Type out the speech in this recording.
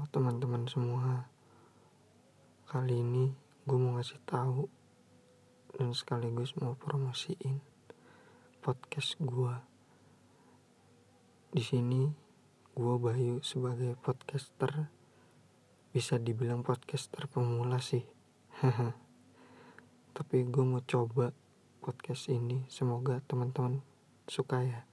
Halo teman-teman semua. Kali ini gue mau ngasih tahu dan sekaligus mau promosiin podcast gue. Di sini gue Bayu sebagai podcaster, bisa dibilang podcaster pemula sih. Tapi gue mau coba podcast ini, semoga teman-teman suka ya.